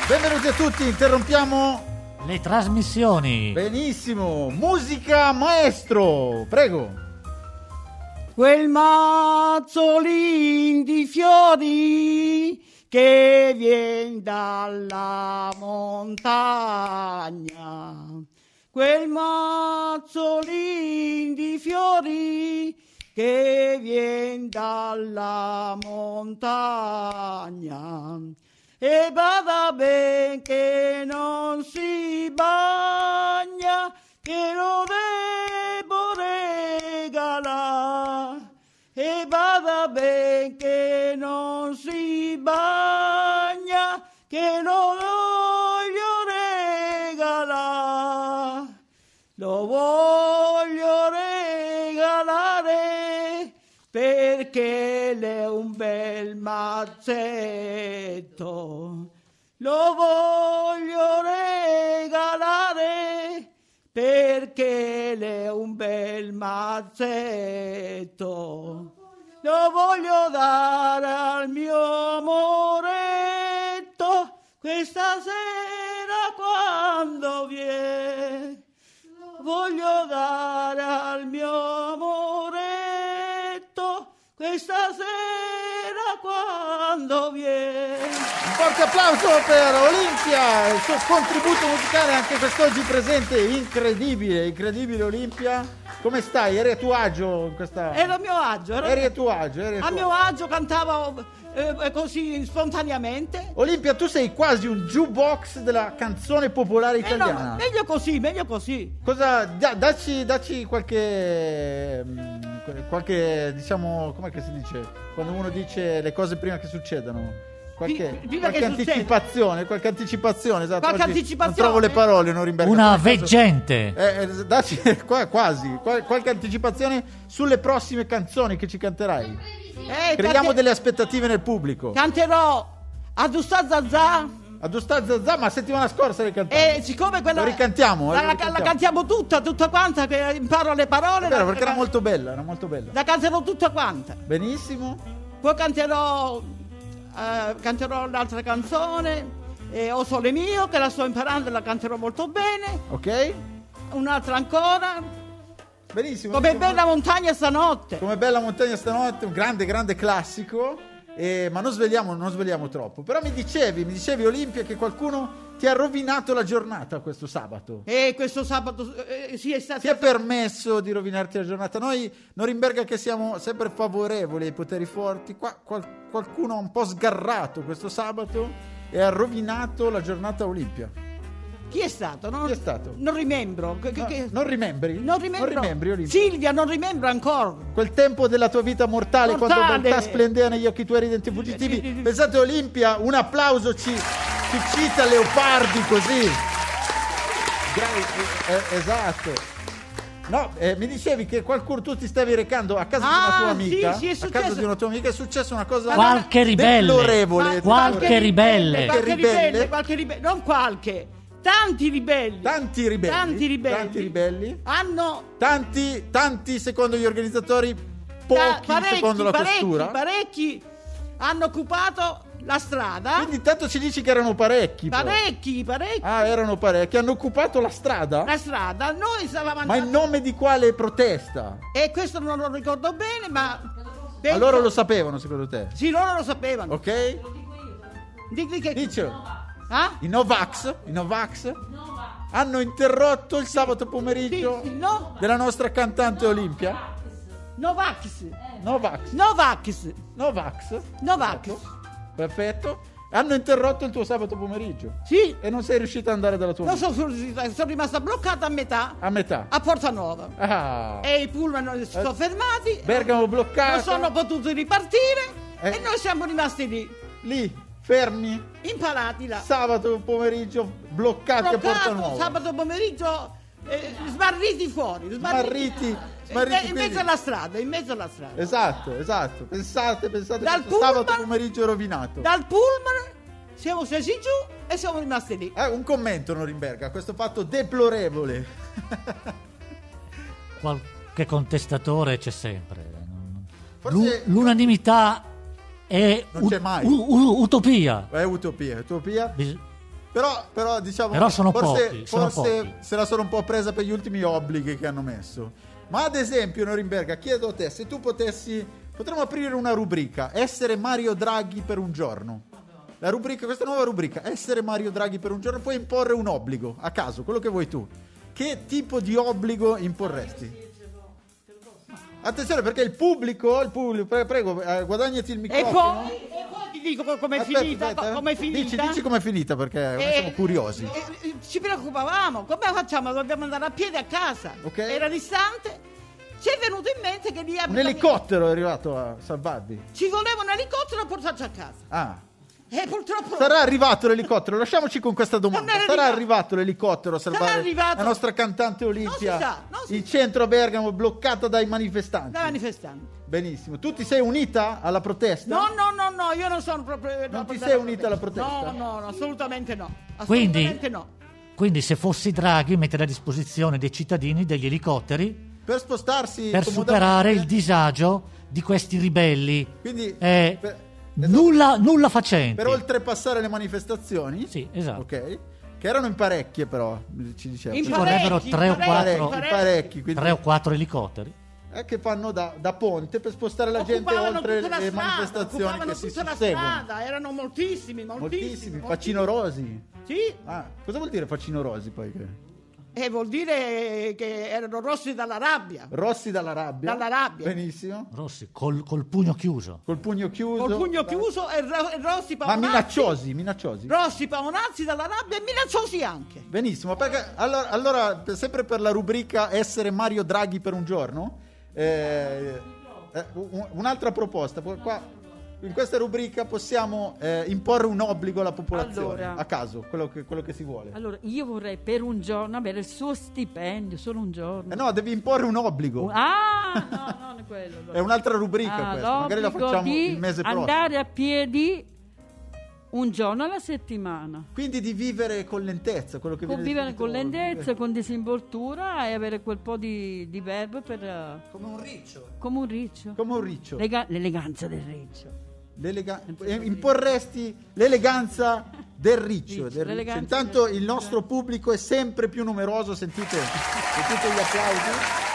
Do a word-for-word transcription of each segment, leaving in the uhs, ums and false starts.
Benvenuti a tutti, interrompiamo le trasmissioni. Benissimo, musica maestro, prego. Quel mazzolin di fiori che vien dalla montagna, quel mazzolin di fiori che vien dalla montagna, e bada ben che non si bagna, che lo devo regalare, e bada ben che non si bagna, che lo voglio regalare, lo voglio regalare perché l'è un bel mazzetto, lo voglio regalare perché l'è un bel mazzetto, lo voglio dare al mio amoretto questa sera quando viene, lo voglio dare al mio amoretto questa sera quando viene. Un forte applauso per Olimpia, il suo contributo musicale anche quest'oggi presente, incredibile, incredibile Olimpia. Come stai? Eri a tuo agio in questa... Era a mio agio. Era... Eri a tuo agio. Eri a, a tuo mio agio, cantavo eh, così spontaneamente. Olimpia, tu sei quasi un jukebox della canzone popolare italiana. Eh no, meglio così, meglio così. Cosa... Da, dacci, dacci qualche... qualche, diciamo, com'è che si dice? Quando uno dice le cose prima che succedano. Qualche, qualche anticipazione, qualche anticipazione, esatto. Qualche Oggi anticipazione. Non trovo le parole, non rimbergo. Una veggente. Eh, eh, dacci, quasi, qualche anticipazione sulle prossime canzoni che ci canterai. Eh, Creiamo cante... delle aspettative nel pubblico. Canterò Adustà Zazà. Adustà Zazà, ma settimana scorsa le cantavi. E siccome quella... Lo ricantiamo. La, lo ricantiamo. la cantiamo tutta, tutta quanta, che imparo le parole. È vero, la, perché la, era molto bella, era molto bella. La canterò tutta quanta. Benissimo. Poi canterò... Uh, canterò l'altra canzone, eh, O Sole Mio, che la sto imparando e la canterò molto bene. Ok. Un'altra ancora. Benissimo. Come bella montagna stanotte. Come bella montagna stanotte, un grande, grande classico. Eh, ma non svegliamo, non svegliamo troppo. Però mi dicevi, mi dicevi Olimpia, che qualcuno ti ha rovinato la giornata questo sabato. E questo sabato eh, sì, è stato... Ti è permesso di rovinarti la giornata? Noi, Norimberga, che siamo sempre favorevoli ai poteri forti, qua qual, qualcuno ha un po' sgarrato questo sabato e ha rovinato la giornata Olimpia. Chi è stato? Non, Chi è stato? Non rimembro. Che, no, che... Non rimembri? Non rimembro. Non rimembri, Olimpia? Silvia, non rimembro ancora. Quel tempo della tua vita mortale, mortale. Quando beltà splendeva negli occhi tuoi ridenti fuggitivi. Pensate Olimpia, un applauso ci, ci cita Leopardi così. Gra- eh, esatto. No, eh, mi dicevi che qualcuno, tu ti stavi recando a casa ah, di una tua amica. Sì, sì, è a casa di una tua amica è successa una cosa qualche ribelle. Deplorevole. Qualche ribelle. Qualche ribelle, qualche ribelle, non qualche. Tanti ribelli. Tanti ribelli. Tanti ribelli. Tanti ribelli. Hanno tanti tanti secondo gli organizzatori, pochi parecchi, secondo la parecchi, questura. Parecchi hanno occupato la strada. Quindi intanto ci dici che erano parecchi. Parecchi, però. parecchi. Ah, erano parecchi. Hanno occupato la strada? La strada. Noi stavamo Ma andando... in nome di quale protesta? E questo non lo ricordo bene, ma... Ma loro lo sapevano, secondo te? Sì, loro lo sapevano. Ok? Di, di che... Dicelo. Ah? I Novax, i Novax hanno interrotto il sabato pomeriggio sì, sì, no. della nostra cantante Olimpia. Novax. Novax. Novax. Novax. Novax. Perfetto. Hanno interrotto il tuo sabato pomeriggio. Sì. E non sei riuscita ad andare dalla tua non amica. sono, sono rimasta bloccata a metà. A metà. A Porta Nuova. Ah. E i pullman non si sono fermati. Bergamo bloccato. Non sono potuti ripartire. Eh. E noi siamo rimasti lì. Lì. Fermi, impalati là. Sabato pomeriggio bloccati Bloccato, a Porta Nuova. Sabato pomeriggio eh, smarriti fuori. Smarriti, smarriti in, in mezzo alla strada, in mezzo alla strada. Esatto, esatto. Pensate, pensate dal questo pullman, sabato pomeriggio rovinato. Dal pullman siamo scesi giù e siamo rimasti lì. Eh, un commento Norimberga a questo fatto deplorevole. Qualche contestatore c'è sempre. Forse... L'unanimità è non c'è mai. U- u- utopia. È utopia, utopia. Bis- Però, però diciamo, Però sono forse, pochi, sono forse pochi. se la sono un po' presa per gli ultimi obblighi che hanno messo. Ma ad esempio, Norimberga, chiedo a te, se tu potessi, potremmo aprire una rubrica, essere Mario Draghi per un giorno. La rubrica, questa nuova rubrica, essere Mario Draghi per un giorno, puoi imporre un obbligo, a caso, quello che vuoi tu. Che tipo di obbligo imporresti? Attenzione, perché il pubblico, il pubblico, pre- prego, eh, guadagnati il E microfono. poi, e poi ti dico com'è Aspetta, finita, aspetta, eh. com'è finita. Dici, dici com'è finita, perché Eh, siamo curiosi. eh, eh, ci preoccupavamo, come facciamo? Dobbiamo andare a piedi a casa. Ok. Era distante. Ci è venuto in mente che lì Un abitava- elicottero è arrivato a salvarvi. Ci voleva un elicottero a portarci a casa. Ah. E purtroppo Sarà arrivato l'elicottero? Lasciamoci con questa domanda. Non era Sarà arrivato. arrivato l'elicottero a salvare Sarà arrivato. la nostra cantante Olimpia? Non si sa, non si il centro a Bergamo bloccato dai manifestanti. da manifestanti. Benissimo. Tu ti sei unita alla protesta? No, no, no, no, io non sono proprio. Non ti no, sei unita alla protesta? No, no, no, assolutamente no. Quindi- Assolutamente no. Quindi se fossi Draghi mettere a disposizione dei cittadini degli elicotteri Per spostarsi per comodamente- superare il disagio di questi ribelli Quindi eh, per, nulla, nulla facenti. per oltrepassare le manifestazioni? Sì, esatto. Ok. Che erano in parecchie, però ci diceva. In Ci parecchi, vorrebbero in tre o parecchi, quattro- in parecchi, parecchi, quindi Tre o quattro elicotteri. eh, che fanno da, da ponte per spostare la gente Occupavano oltre tutta la le strada, manifestazioni occupavano che si tutta la susseguono. strada, erano moltissimi, moltissimi. Moltissimi, facinorosi. Sì, Ah, cosa vuol dire facinorosi poi? Che... e vuol dire che erano rossi dalla rabbia. Rossi dalla rabbia. Dalla rabbia. Benissimo. Rossi, col, col pugno chiuso. Col pugno chiuso. Col pugno chiuso e, ro- e rossi Ma paonazzi. minacciosi, minacciosi. Rossi paonazzi dalla rabbia e minacciosi anche. Benissimo, perché allora, allora, per- sempre per la rubrica essere Mario Draghi per un giorno, eh, eh, un- un'altra proposta. Poi Qua, in questa rubrica possiamo eh, imporre un obbligo alla popolazione, Allora. a caso, quello che, quello che si vuole. Allora, io vorrei per un giorno avere il suo stipendio, solo un giorno. Eh no, devi imporre un obbligo. Ah, no, non è quello. allora. È un'altra rubrica Ah, questa, magari la l'obbligo facciamo di il mese prossimo. andare a piedi un giorno alla settimana. Quindi di vivere con lentezza, quello che viene Convivere definito- con lentezza, con disinvoltura e avere quel po' di, di verbo per, eh, come un riccio. come un riccio. Come un riccio. Lega- l'eleganza del riccio. L'elega- eh, imporresti l'eleganza del riccio, Riccio, del riccio. l'eleganza Intanto del il riccio. nostro pubblico è sempre più numeroso, sentite, sentite gli applausi.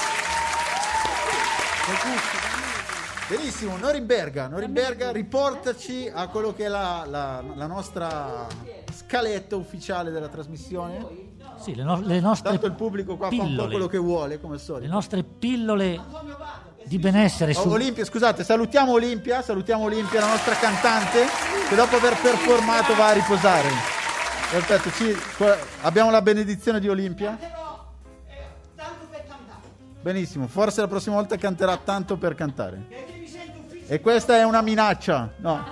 Benissimo, Norimberga, Norimberga, riportaci a quello che è la, la- la nostra scaletta ufficiale della trasmissione. Sì, le, no- le nostre Tanto il pubblico qua fa un po' pillole. quello che vuole, come al Le solito. nostre pillole di benessere Oh, su... Olimpia, scusate, salutiamo Olimpia, salutiamo Olimpia, la nostra cantante, che dopo aver performato va a riposare. Perfetto, ci- qua- abbiamo la benedizione di Olimpia. Però, eh, tanto per cantare. Benissimo, forse la prossima volta canterà tanto per cantare. Perché mi sento ufficiale. E questa è una minaccia, no?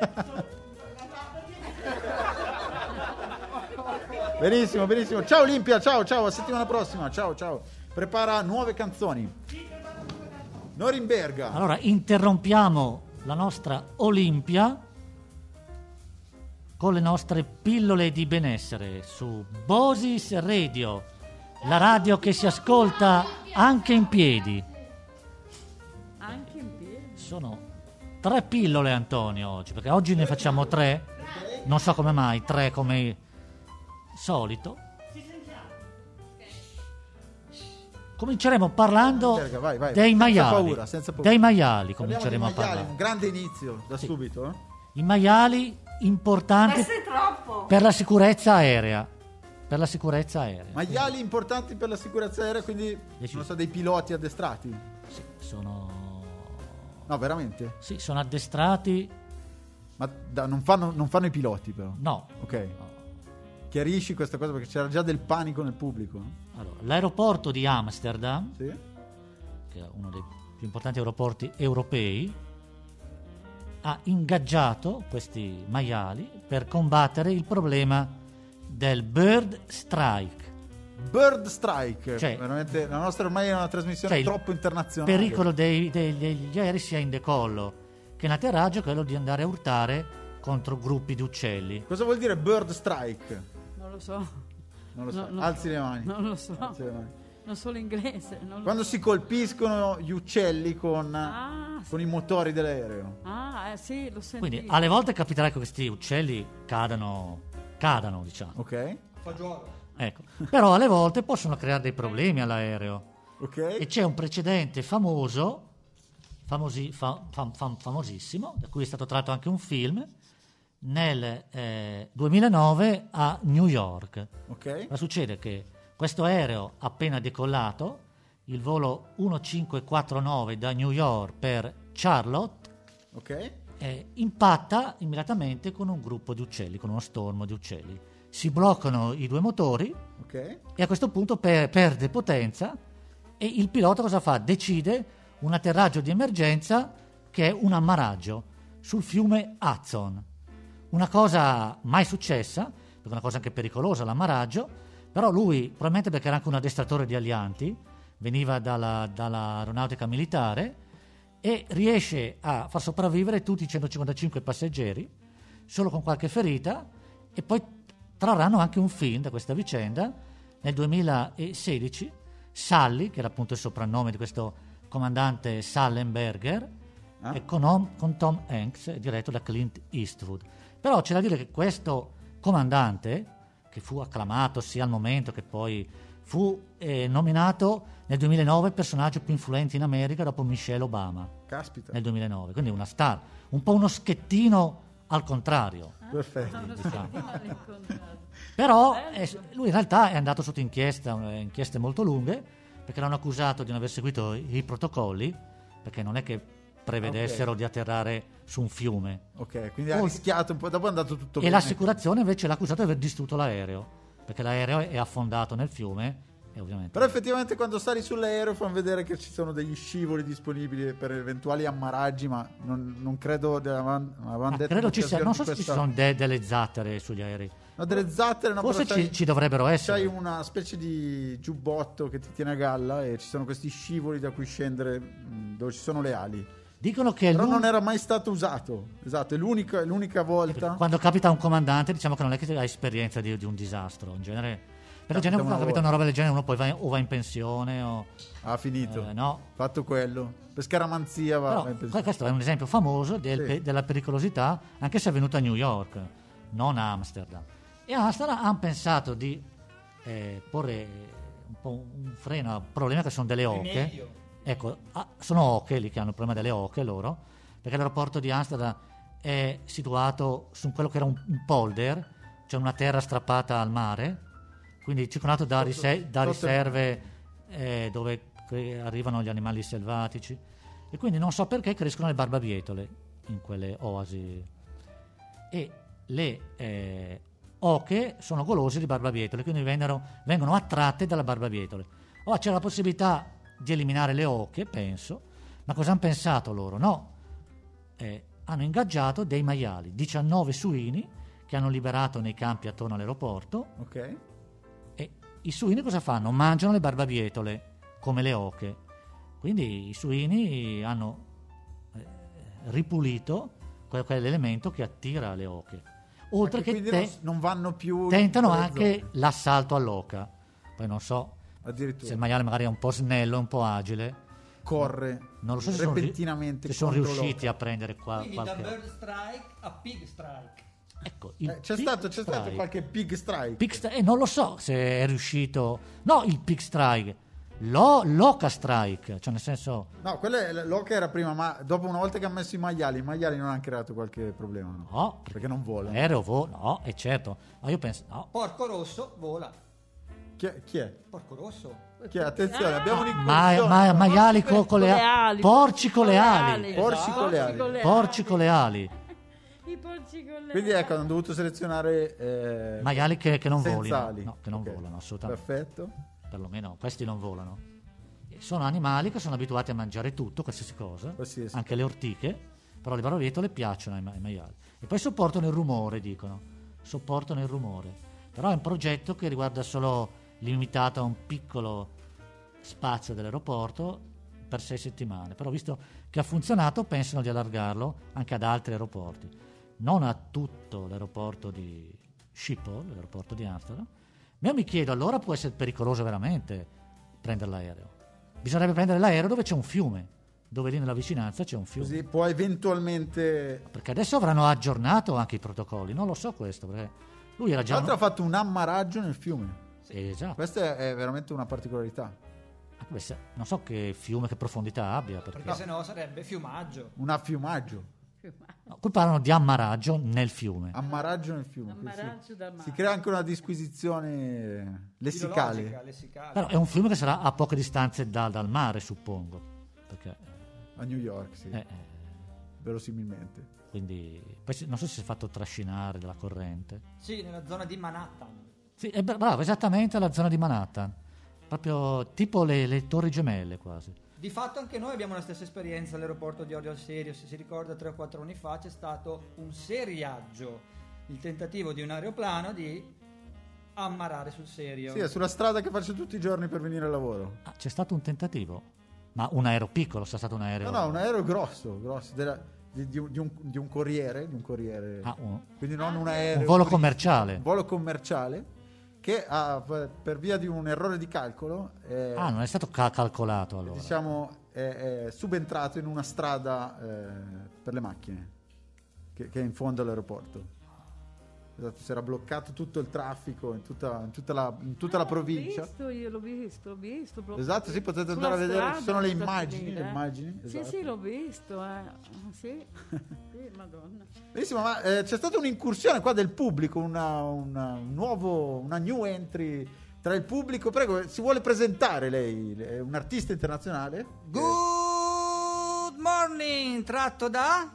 Benissimo, benissimo. Ciao Olimpia, ciao, ciao, a settimana prossima. Ciao, ciao. Prepara nuove canzoni. Norimberga. Allora, interrompiamo la nostra Olimpia con le nostre pillole di benessere su Bosis Radio, la radio che si ascolta anche in piedi. Anche in piedi. Sono tre pillole, Antonio, oggi, perché oggi ne facciamo tre. Non so come mai, tre come solito. Cominceremo parlando Norimberga, vai, vai. dei Senza maiali. paura, senza paura. Dei maiali Parliamo cominceremo di a maiali, parlare. un grande inizio da Sì. subito. Eh? I maiali importanti troppo. per la sicurezza aerea. Per la sicurezza aerea. Maiali importanti per la sicurezza aerea, quindi Deciso. non so, dei piloti addestrati. Sì, sono... No, veramente? Sì, sono addestrati. Ma da- non, fanno, non fanno i piloti, però. No. Ok. No. Chiarisci questa cosa perché c'era già del panico nel pubblico. Allora, l'aeroporto di Amsterdam, Sì? che è uno dei più importanti aeroporti europei, ha ingaggiato questi maiali per combattere il problema del bird strike, Bird Strike. Cioè- veramente la nostra ormai è una trasmissione cioè il troppo internazionale. pericolo dei- dei- degli aerei sia in decollo che in atterraggio, quello di andare a urtare contro gruppi di uccelli. Cosa vuol dire Bird Strike? Non lo so. Non lo so. No, no. Alzi le mani. Non lo so. Alzi le mani. Non so l'inglese. Non lo Quando si colpiscono gli uccelli con, Ah, con i motori dell'aereo. Ah, eh, sì, l'ho sentito. Quindi alle volte capiterà che questi uccelli cadano cadano, diciamo. Ok. Ecco. Però alle volte possono creare dei problemi all'aereo. Ok. E c'è un precedente famoso, famosi, fa, fam, fam, famosissimo, da cui è stato tratto anche un film, nel eh, duemilanove a New York. Ok. Ma succede che questo aereo appena decollato, il volo millecinquecentoquarantanove da New York per Charlotte, Ok. eh, impatta immediatamente con un gruppo di uccelli, con uno stormo di uccelli. Si bloccano i due motori Ok. e a questo punto per, perde potenza e il pilota cosa fa? Decide un atterraggio di emergenza che è un ammaraggio sul fiume Hudson. Una cosa mai successa, perché è una cosa anche pericolosa l'ammaraggio, però lui, probabilmente perché era anche un addestratore di alianti, veniva dalla, dall'aeronautica militare e riesce a far sopravvivere tutti i centocinquantacinque passeggeri, solo con qualche ferita, e poi trarranno anche un film da questa vicenda. Nel duemilasedici Sully, che era appunto il soprannome di questo comandante Sullenberger, Ah. e con, con Tom Hanks, diretto da Clint Eastwood. Però c'è da dire che questo comandante, che fu acclamato sia al momento che poi fu eh, nominato nel duemilanove personaggio più influente in America dopo Michelle Obama. Caspita. Nel duemilanove, quindi una star, un po' uno schettino al contrario. Perfetto. Diciamo. Però eh, lui in realtà è andato sotto inchiesta, eh, inchieste molto lunghe, perché l'hanno accusato di non aver seguito i, i protocolli, perché non è che prevedessero Ok. di atterrare su un fiume. Ok, quindi ha Oh. rischiato un po', dopo è andato tutto E bene. l'assicurazione invece l'ha accusato di aver distrutto l'aereo, perché l'aereo è affondato nel fiume e ovviamente... Però effettivamente quando sali sull'aereo fanno vedere che ci sono degli scivoli disponibili per eventuali ammaraggi, ma non, non credo avevano Ah, detto credo ci in sia, non so occasione se di ci sono de- delle zattere sugli aerei. No, delle zattere, no, Forse però ci, c'hai- ci dovrebbero essere. c'hai una specie di giubbotto che ti tiene a galla e ci sono questi scivoli da cui scendere mh, dove ci sono le ali. Dicono che Però l'un- non era mai stato usato. Esatto, è l'unica, è l'unica volta. quando capita a un comandante, diciamo che non è che ha esperienza di, di un disastro. In genere, per in genere una quando capita volta. una roba del genere, uno poi va, o va in pensione o Ha finito. eh, no. Fatto quello. Per scaramanzia va. Però va in pensione. que- questo è un esempio famoso del Sì. pe- della pericolosità, anche se è avvenuto a New York, non a Amsterdam. E a Amsterdam hanno pensato di eh, porre un po' un freno al problema che sono delle oche. Ecco, ah, sono oche lì che hanno il problema delle oche loro, perché l'aeroporto di Amsterdam è situato su quello che era un, un polder, cioè una terra strappata al mare, quindi circondato da, rise- da sotto- riserve eh, dove cre- arrivano gli animali selvatici, e quindi non so perché crescono le barbabietole in quelle oasi, e le eh, oche sono golose di barbabietole, quindi vennero- vengono attratte dalla barbabietole. Ora c'era la possibilità di eliminare le oche, penso, ma cosa hanno pensato loro? No, eh, hanno ingaggiato dei maiali, diciannove suini che hanno liberato nei campi attorno all'aeroporto, Ok. e i suini cosa fanno? Mangiano le barbabietole come le oche. Quindi i suini hanno eh, ripulito que- quell'elemento che attira le oche. Oltre Anche che quindi te- non, non vanno più. in tentano quelle anche zone. l'assalto all'oca. Poi non so se Addirittura il maiale magari è un po' snello, un po' agile. corre Non lo so se sono, ri- repentinamente. se sono contro riusciti l'oca. a prendere qua Quindi da qualche... bird strike a pig strike. Ecco, il Eh, c'è pig stato, c'è stato strike. qualche pig strike. Pig stri- eh, non lo so se è riuscito. No, il pig strike, Lo, l'oca strike, cioè nel senso. No, quella è, l'oca era prima, ma dopo una volta che ha messo i maiali, i maiali non hanno creato qualche problema, no? No, Perché non vola. l'aereo vola, no, è certo. Ma io penso, no. Porco rosso vola. Chi è? Chi è? Porco rosso. Chi è? Attenzione, abbiamo Ma, un'incursione. ma, maiali co- con, Con le, le ali, ali. porci con le Con le ali, ali. Porci con le ali. con le porci con le ali, I porci con le Quindi ecco, hanno dovuto selezionare eh, maiali che, che non senza volino, ali. no, che non Ok. volano assolutamente. Perfetto. Perlomeno questi non volano. E sono animali che sono abituati a mangiare tutto, qualsiasi cosa, Qualsiasi. anche le ortiche, però le barbabietole piacciono ai, ma- ai maiali. E poi sopportano il rumore, dicono, sopportano il rumore. Però è un progetto che riguarda solo limitato a un piccolo spazio dell'aeroporto per sei settimane. Però visto che ha funzionato, pensano di allargarlo anche ad altri aeroporti. Non a tutto l'aeroporto di Schiphol, l'aeroporto di Amsterdam. Ma io mi chiedo, allora può essere pericoloso veramente prendere l'aereo? Bisognerebbe prendere l'aereo dove c'è un fiume, dove lì nella vicinanza c'è un fiume. Così può eventualmente. Perché adesso avranno aggiornato anche i protocolli, non lo so questo, perché Lui era Tra già... l'altro ha fatto un ammaraggio nel fiume. Sì, esatto. Questa è veramente una particolarità. Beh, se- non so che fiume, che profondità abbia. Perché... Perché sennò sarebbe fiumaggio. Un affiumaggio. No, qui parlano di ammaraggio nel fiume. Ammaraggio nel fiume. Ammaraggio Sì. dal mare. Si crea anche una disquisizione lessicale. Filologica, lessicale. Però è un fiume che sarà a poche distanze da- dal mare, suppongo. Perché, A New York, sì. eh, eh, Verosimilmente. quindi, poi si- non so se si è fatto trascinare dalla corrente. Sì, nella zona di Manhattan. Sì, è bra- bravo, esattamente la zona di Manhattan. Proprio tipo le, le torri gemelle quasi. Di fatto anche noi abbiamo la stessa esperienza all'aeroporto di Orio al Serio. Se si ricorda, tre o quattro anni fa c'è stato un seriaggio, il tentativo di un aeroplano di ammarare sul Serio. Sì, è sulla strada che faccio tutti i giorni per venire al lavoro. Ah, c'è stato un tentativo? Ma un aereo piccolo, sia stato un aereo... No, no, un aereo grosso, grosso della- di, di un, di un- di un corriere, di un corriere. Ah, un- Quindi non un aereo. un volo turistico, commerciale. Un volo commerciale che ha, per via di un errore di calcolo, è, Ah, non è stato ca- calcolato allora. diciamo, è, è subentrato in una strada eh, per le macchine che, che è in fondo all'aeroporto. Esatto, si era bloccato tutto il traffico in tutta, in tutta la, in tutta la provincia. L'ho visto, io l'ho visto, l'ho visto. proprio Esatto, sì, potete sulla andare a vedere, ci strada, sono le potete immagini, venire, le eh. immagini, Sì, esatto. sì, l'ho visto, eh. Sì, sì, madonna. Benissimo, ma eh, c'è stata un'incursione qua del pubblico, una, una- un nuovo, una new entry tra il pubblico. Prego, si vuole presentare lei, è un artista internazionale? Good morning, tratto da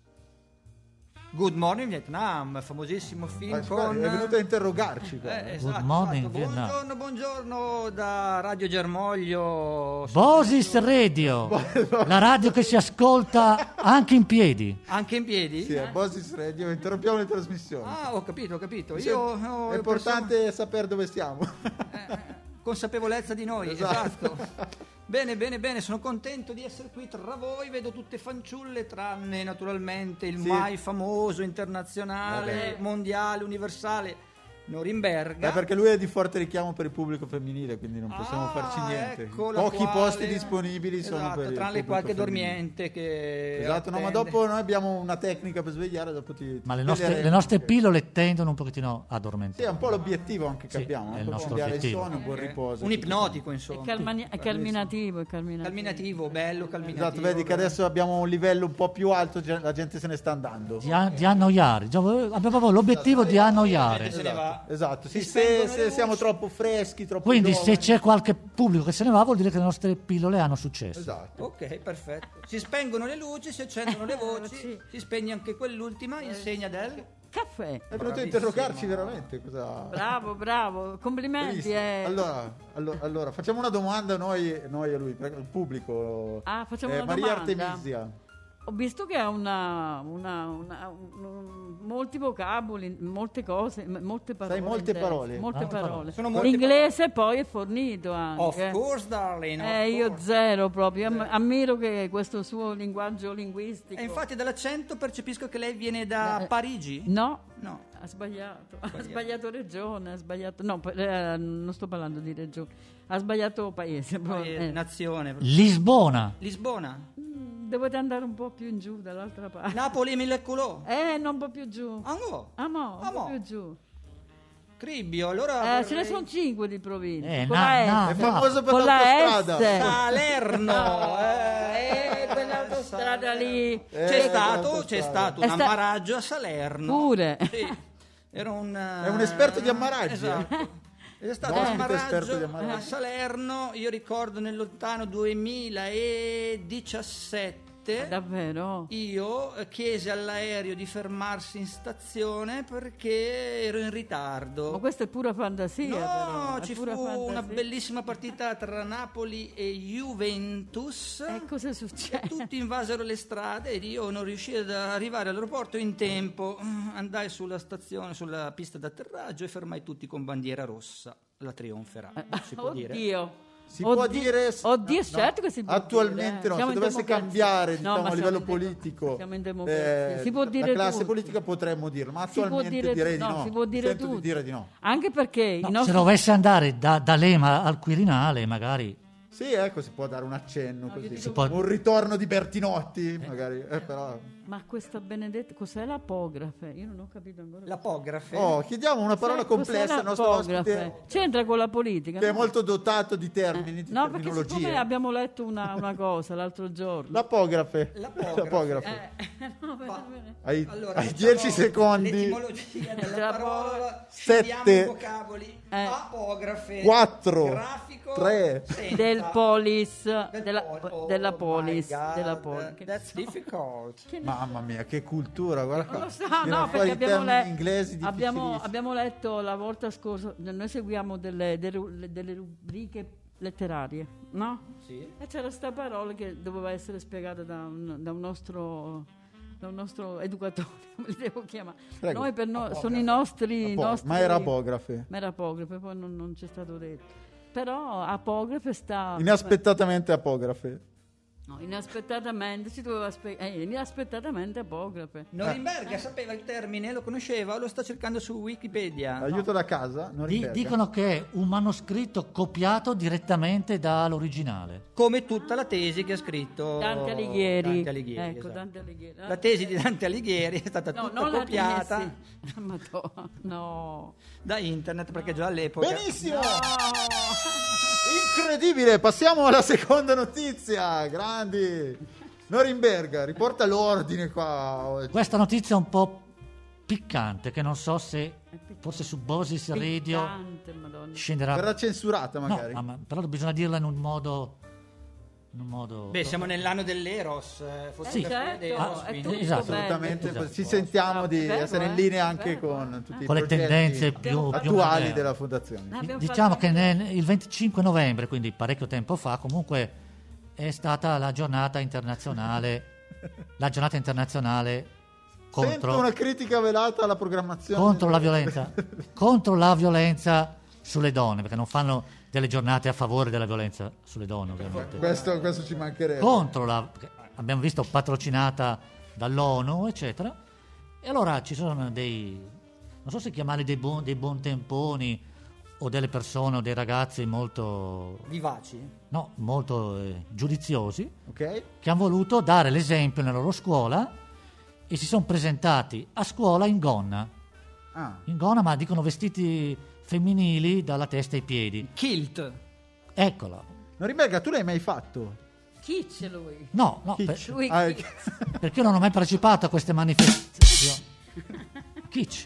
Good Morning Vietnam, famosissimo film Ah, guarda, con... è venuto a interrogarci qua. Eh, esatto, Morning esatto. Vietnam. Buongiorno, buongiorno da Radio Germoglio. Bosis Radio, la radio che si ascolta anche in piedi. Anche in piedi? Sì, è Bosis Radio, interrompiamo le trasmissioni. Ah, ho capito, ho capito. Sì, Io ho è importante sapere dove siamo. eh, consapevolezza di noi, Esatto. esatto. Bene, bene, bene, sono contento di essere qui tra voi, vedo tutte fanciulle, tranne naturalmente il Sì. mai famoso internazionale, Vabbè. mondiale, universale, Norimberga. Beh, perché lui è di forte richiamo per il pubblico femminile, quindi non possiamo Ah, farci niente. ecco la Pochi quale- posti disponibili sono Esatto, per il tranne pubblico qualche femminile. dormiente che Esatto, no, ma attende. dopo noi abbiamo una tecnica per svegliare, dopo ti, Ma le ti nostre, sveglieremo. le nostre pillole tendono un pochettino a addormentare. Sì, è un po' l'obiettivo anche che Sì, abbiamo, è un il po' nostro cambiare il obiettivo. sonno, un buon Eh, riposo. un tutto ipnotico, È, insomma. calmani- è calminativo, è calminativo. Calminativo, bello, calminativo. Esatto, vedi che adesso abbiamo un livello un po' più alto, ge- la gente se ne sta andando. Di, a- di annoiare. Già, abbiamo proprio l'obiettivo di annoiare. Se ne va. Esatto, sì, Si se, spengono se le luci. siamo troppo freschi, troppo Quindi se giovani. c'è qualche pubblico che se ne va vuol dire che le nostre pillole hanno successo. Esatto. Ok, perfetto. Si spengono le luci, si accendono le voci, Sì. si spegne anche quell'ultima, insegna del... Caffè. È venuto a interrogarci veramente. Cosa... Bravo, bravo. Complimenti. Benissimo. eh. Allora, allora, allora, facciamo una domanda noi, noi e lui, prego, il pubblico. Ah, facciamo Eh, una Maria domanda. Artemisia. Ho visto che ha una, una, una- un- un- molti vocaboli, molte cose, m- molte parole. molte in testa, parole? Molte Ah, parole. Sono molte L'inglese poi è fornito anche. Of course, darling. of Eh, io course. zero proprio. Am- ammiro che questo suo linguaggio linguistico. E infatti dall'accento percepisco che lei viene da Eh, Parigi. No, No. ha sbagliato. Ha sbagliato regione, ha sbagliato. No, pa- eh, non sto parlando di regione. Ha sbagliato paese. Poi, eh. nazione. Lisbona. Lisbona. Mm, Dovete andare un po' più in giù dall'altra parte. Napoli mille culò. Eh, non un po' più giù. Angò. Ah, no, un Ah, po' mo. più giù. Cribbio, allora Eh, vorrei- ce ne sono cinque di province. Eh, con na- la na- S. È famoso per Con la l'autostrada. S. Salerno. Eh, quell'autostrada lì. Eh, C'è stato, quell'autostrada. c'è stato È un sta- ammaraggio a Salerno. Pure. Sì. Era un È un esperto di ammaraggi, Esatto. È stato Ospite un esperto di ammaraggio ammaraggi. a Salerno, io ricordo nel lontano duemiladiciassette. Davvero? Io eh, chiesi all'aereo di fermarsi in stazione perché ero in ritardo. Ma questa è pura fantasia. però. No, È ci fu pura fantasia. una bellissima partita tra Napoli e Juventus. E cosa succede? Tutti invasero le strade ed io non riuscii ad arrivare all'aeroporto in tempo. Andai sulla stazione, sulla pista d'atterraggio e fermai tutti con bandiera rossa. La trionferà, si può dire. Oddio. Si Oddio- può dire Oddio, no, certo che si può attualmente dire, no, eh. Siamo se in dovesse democrazia. cambiare No, diciamo, ma a siamo livello in dem- politico siamo in democrazia. Si può dire la classe tutto. politica potremmo dirlo, ma Si può attualmente dire direi tu- di no, no. si può dire Sento di tutto. dire di no. Anche perché No, i nostri... Se dovesse andare da, da Lema al Quirinale, magari Sì, ecco, si può dare un accenno No, così. dico- può- Un ritorno di Bertinotti, magari. Eh, però... Ma questa benedetta, cos'è l'apografe? Io non ho capito ancora. L'apografe. Oh, chiediamo una parola Cos'è- complessa cos'è al nostro l'apografe? ospite, C'entra con la politica? che è no? molto dotato di termini, di No, perché terminologie. siccome abbiamo letto una, una cosa l'altro giorno. L'apografe. L'apografe. L'apografe. Eh, no, Va. bene. Hai, Allora, hai facciamo dieci secondi. L'etimologia della Della parola, Sette. scegliamo i vocaboli. Eh. Apografe. Quattro. Grafico. Tre. senza. Del polis, Del della, pol- oh della my polis, God, della polis. Che That's difficult. Mamma mia, che cultura, guarda qua. Non lo so, Tirano no, fuori perché i abbiamo, termini le- inglesi abbiamo, difficilissimi. abbiamo letto la volta scorsa, noi seguiamo delle, delle, delle rubriche letterarie, no? Sì. E c'era sta parola che doveva essere spiegata da un, da un nostro da un nostro educatore, come li devo chiamare. Prego. Noi per noi sono i nostri, Apo- nostri- Ma era apografe. ma era apografe, poi non, non c'è stato detto. Però apografe sta Inaspettatamente apografe. no, inaspettatamente si doveva spiegare, eh, inaspettatamente apografe. Norimberga sapeva il termine, lo conosceva, lo sta cercando su Wikipedia. Aiuto da casa? Non Di- Rimberga. dicono che è un manoscritto copiato direttamente dall'originale. Come tutta la tesi che ha scritto Dante Alighieri. Dante Alighieri, Ecco, esatto. Dante Alighieri. La tesi di Dante Alighieri è stata No, tutta non la copiata tesi. Madonna, no. da internet perché già all'epoca Benissimo! Incredibile, passiamo alla seconda notizia. Grandi. Norimberga, riporta l'ordine qua oggi. Questa notizia è un po' piccante, che non so se forse su Bosis Radio Piccante, Madonna. scenderà. Verrà censurata No, magari. ma- però bisogna dirla in un modo. In un modo. Beh, siamo nell'anno dell'Eros, eh, fosse Sì. il caffè Certo, d'Eros, Ah, è quindi- tutto esatto. bello. Assolutamente, Esatto. ci sentiamo di Vero, essere in eh? linea anche Vero. con tutti i Con le progetti tendenze più, più attuali moderne. della fondazione. Abbiamo Diciamo fatto che anche- nel, il venticinque novembre, quindi parecchio tempo fa, comunque è stata la giornata internazionale, la giornata internazionale Sento contro, una critica velata alla programmazione. contro la violenza, contro la violenza sulle donne, perché non fanno delle giornate a favore della violenza sulle donne, ovviamente. Questo, questo ci mancherebbe. Contro la, abbiamo visto patrocinata dall'ONU, eccetera. E allora ci sono dei, non so se chiamarli dei, buon, dei buontemponi o delle persone o dei ragazzi molto, vivaci. no, molto eh, giudiziosi, Ok? che hanno voluto dare l'esempio nella loro scuola e si sono presentati a scuola in gonna, Ah, in gonna, ma dicono vestiti femminili dalla testa ai piedi. Kilt. Eccola. Norimberga, tu l'hai mai fatto? Kitsch lui. No, no, Kitsch. per- Lui Ah, kitsch. perché io non ho mai partecipato a queste manifestazioni. Kitsch.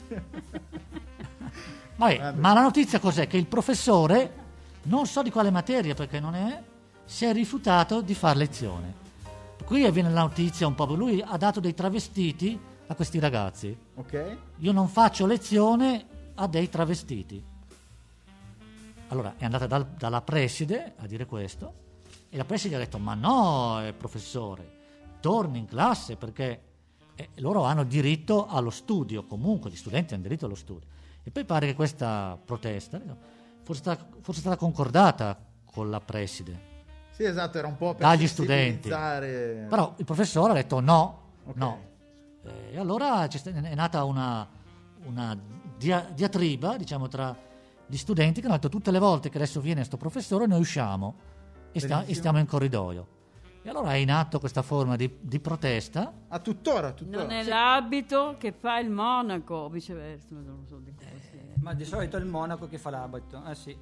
Vabbè, ma la notizia cos'è? Che il professore, non so di quale materia perché non è, si è rifiutato di fare lezione. Qui avviene la notizia un po', lui ha dato dei travestiti a questi ragazzi. ok? Io non faccio lezione a dei travestiti. Allora è andata dal- dalla preside a dire questo e la preside ha detto: ma no, eh, professore, torni in classe perché eh, loro hanno diritto allo studio, comunque gli studenti hanno diritto allo studio. E poi pare che questa protesta no, fosse stata, fosse stata concordata con la preside, Sì, esatto, era un po' per dagli studenti. sensibilizzare. Però il professore ha detto no, Ok. no. E allora c'è sta- è nata una, una dia- diatriba, diciamo, tra gli studenti che hanno detto: tutte le volte che adesso viene sto professore noi usciamo e, sta- e Benissimo. stiamo in corridoio. E allora è in atto questa forma di, di protesta. A tuttora, tuttora. Non è l'abito che fa il monaco, o viceversa, ma non lo so di cosa. Ma di solito è il monaco che fa l'abito. Eh sì.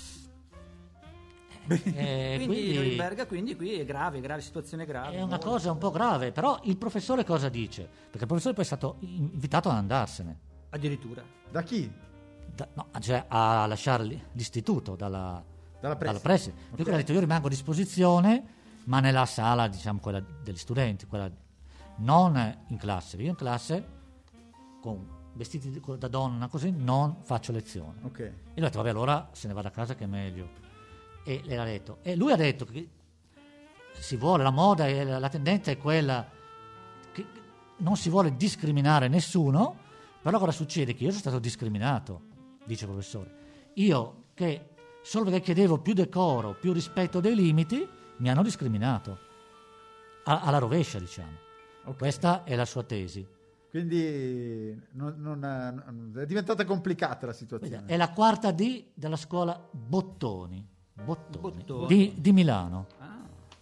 E Quindi, quindi Norimberga, quindi qui è grave, grave, situazione grave. è una molto. cosa un po' grave. Però il professore cosa dice? Perché il professore poi è stato invitato ad andarsene. Addirittura. Da chi? Da- no, cioè a lasciare l- l'istituto dalla, Dalla preside. dalla preside. Perché ha detto: io rimango a disposizione, ma nella sala, diciamo, quella degli studenti, quella non in classe. Io in classe con vestiti di- da donna così non faccio lezione. Ok. E lui ha detto: vabbè, allora se ne vada a casa che è meglio. E lei ha detto, e lui ha detto che si vuole, la moda e la, la tendenza è quella che non si vuole discriminare nessuno. Però cosa succede? Che io sono stato discriminato, dice il professore. Io che solo perché chiedevo più decoro, più rispetto dei limiti, mi hanno discriminato. A- alla rovescia, diciamo. Ok. Questa è la sua tesi. Quindi non- non- non- è diventata complicata la situazione. È la quarta D della scuola Bottoni. Bottoni, Bottoni. Di, di Milano. Ah.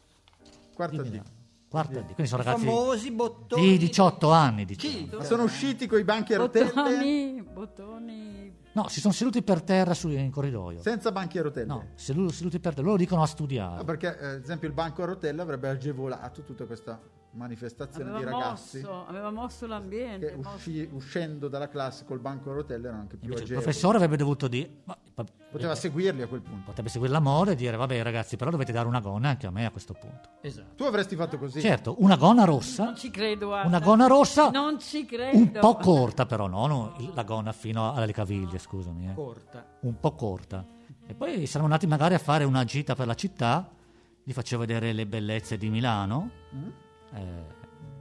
Quarta Di D. Milano. Quarta D. Quindi sono ragazzi Famosi bottoni. di diciotto anni. Diciamo. Chi? Ma sono usciti coi banchi a rotelle Bottoni, bottoni. No, si sono seduti per terra su, in corridoio. senza banchi a rotelle. No, sedu- seduti per terra. Loro dicono a Ah, studiare. perché eh, ad esempio il banco a rotelle avrebbe agevolato tutta questa manifestazione Aveva di ragazzi mosso, aveva mosso l'ambiente. che mosso- usci- uscendo dalla classe col banco a rotelle erano anche più Invece il agevoli. professore avrebbe dovuto dire... ma- ma- Poteva seguirli a quel punto. potrebbe seguire la moda e dire, vabbè ragazzi, però dovete dare una gonna anche a me a questo punto. Esatto. Tu avresti fatto così? Certo, una gonna rossa, Non ci credo, guarda. una gonna rossa Non ci credo. un po' corta però, no? No, il- la gonna fino alle caviglie, scusami. eh. Corta. Un po' corta. E poi saremmo andati magari a fare una gita per la città, gli facevo vedere le bellezze di Milano, Mm? eh,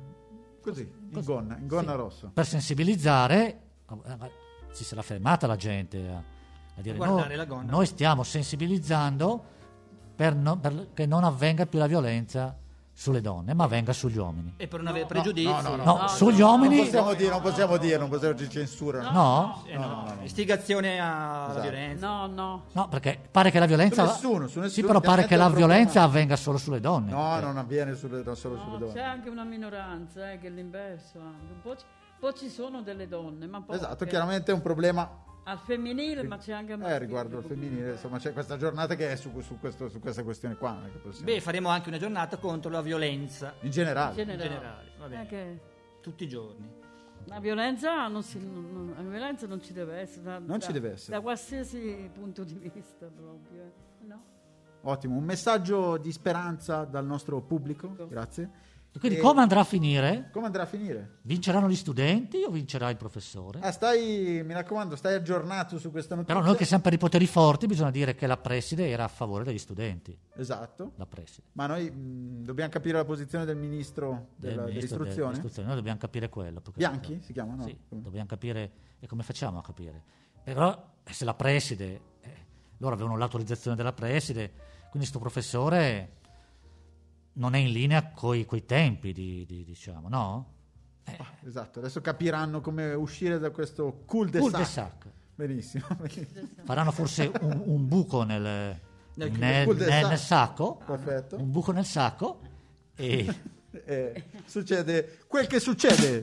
Così, in gonna, in gonna Sì. rossa. per sensibilizzare. eh, Si sarà fermata la gente a, a dire Guardare no, la gonna. noi stiamo sensibilizzando per, non- per che non avvenga più la violenza sulle donne, ma avvenga sugli uomini. E per non avere pregiudizi. no, no, no. No, no, sugli no. Non uomini possiamo dire, non possiamo dire, non possiamo ci censurano. no, Eh, no, Istigazione alla Esatto. violenza. No, no. no, perché pare che la violenza Su nessuno, su sì, nessuno, però pare che la chiaramente è un violenza problema. avvenga solo sulle donne. No, perché- non avviene sulle, non solo sulle No, donne. c'è anche una minoranza eh, che è l'inverso anche. Un po', ci, un po' ci sono delle donne, ma poche. Esatto, chiaramente è un problema Al femminile, ma c'è anche al eh, maschile. riguardo al femminile. Insomma, c'è questa giornata che è su, su, questo, su questa questione qua. non è che possiamo- Beh, faremo anche una giornata contro la violenza. in generale. In generale. In generale, va bene. Eh, che Tutti i giorni. la violenza non, si, non- non- la violenza non ci deve essere. Da, Non da- ci deve essere. Da qualsiasi punto di vista proprio. eh. No? Ottimo, un messaggio di speranza dal nostro pubblico. Grazie. E quindi E- come andrà a finire? Come andrà a finire? Vinceranno gli studenti o vincerà il professore? Ah, stai, mi raccomando, stai aggiornato su questa notizia. Però noi che siamo per i poteri forti bisogna dire che la preside era a favore degli studenti. Esatto. La preside. Ma noi mh, dobbiamo capire la posizione del ministro Del della- ministro dell'istruzione. dell'istruzione. Noi dobbiamo capire quello. più che Bianchi altro. si chiama, no? Sì, Come? dobbiamo capire. E come facciamo a capire? Però eh, se la preside, eh, loro avevano l'autorizzazione della preside, quindi sto professore non è in linea coi, coi tempi, di, di- diciamo, no? Eh, Esatto, adesso capiranno come uscire da questo cul-de-sac. cul-de-sac. Benissimo. Faranno forse un, un buco nel, Nel nel- cul-de-sac. nel sacco, Perfetto. un buco nel sacco e... Eh, succede quel che succede.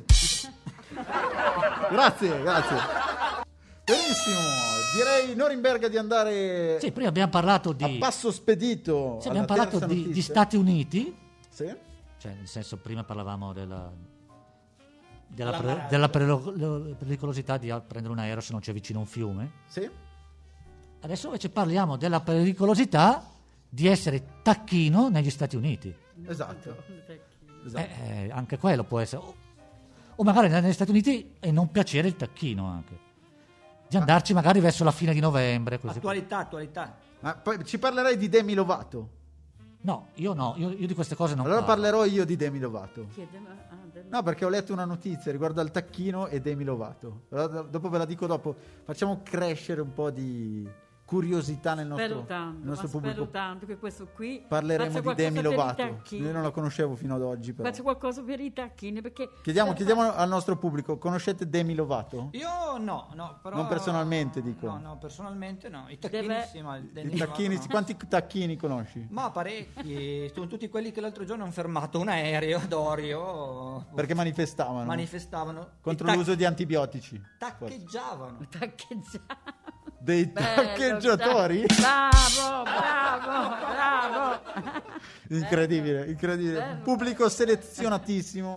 Grazie, grazie. Benissimo, direi Norimberga di andare Sì, prima abbiamo parlato a di, passo spedito. sì, alla abbiamo parlato terza di, di notizia. Stati Uniti, Sì? cioè nel senso prima parlavamo della, della, La pre- malaria. della pericolo- pericolosità di prendere un aereo se non c'è vicino un fiume. Sì? Adesso invece parliamo della pericolosità di essere tacchino negli Stati Uniti. Esatto. esatto. Eh, eh, anche quello può essere. O, o magari negli Stati Uniti e non piacere il tacchino anche. Di andarci magari verso la fine di novembre. Così. Attualità, attualità. Ma poi ci parlerai di Demi Lovato. No, io no, io, io di queste cose non Allora parlo. parlerò io di Demi Lovato. Chiede, ma- ah, del- No, perché ho letto una notizia riguardo al tacchino e Demi Lovato. Però do- dopo ve la dico dopo. Facciamo crescere un po' di curiosità nel nostro, Spero nel tanto, nostro ma spero pubblico. tanto che questo qui Parleremo faccia di qualcosa Demi per i Lovato. tacchini. Io non la conoscevo fino ad oggi. Però. Faccia qualcosa per i tacchini perché Chiediamo, senza- chiediamo al nostro pubblico, conoscete Demi Lovato? Io no, no, però... Non personalmente, dico. No, no, personalmente no. I tacchini Deve- sì, ma il I Demi tacchini, Lovato no. quanti tacchini conosci? Ma parecchi, sono tutti quelli che l'altro giorno hanno fermato un aereo ad Orio. Perché manifestavano manifestavano contro i tac- l'uso di antibiotici. taccheggiavano. taccheggiare. Dei Bello, taccheggiatori? Bravo, bravo, bravo. Incredibile, incredibile. Bello. Pubblico selezionatissimo.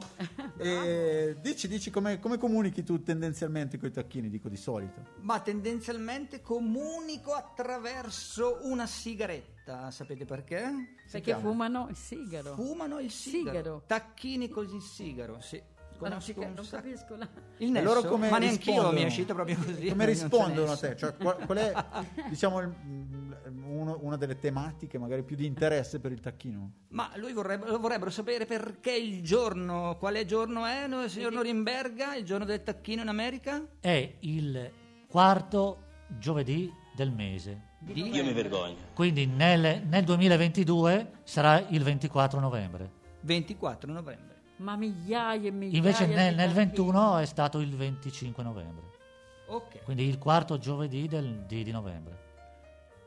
E dici, dici come, come comunichi tu tendenzialmente con i tacchini, dico di solito. Ma tendenzialmente comunico attraverso una sigaretta, sapete perché? Perché chiama? fumano il sigaro. Fumano il sigaro. Sigaro. Tacchini così il sigaro, sì. Ma non, ci- Conosco un non sacco. capisco la... Il E nesso, loro come ma neanch'io rispondono? mi è uscito proprio così. Come non c'è rispondono a nesso. te? Cioè, qual, qual è diciamo il- uno- una delle tematiche magari più di interesse per il tacchino? Ma lui vorrebbe, lo vorrebbero sapere perché il giorno, quale giorno è, no, signor Norimberga, il giorno del tacchino in America? È il quarto giovedì del mese. Di Io mi vergogno. Quindi nel, nel duemilaventidue sarà il ventiquattro novembre. ventiquattro novembre. Ma migliaia e migliaia Invece di nel, nel tacchini. ventuno è stato il venticinque novembre. Ok. Quindi il quarto giovedì del, di, di novembre.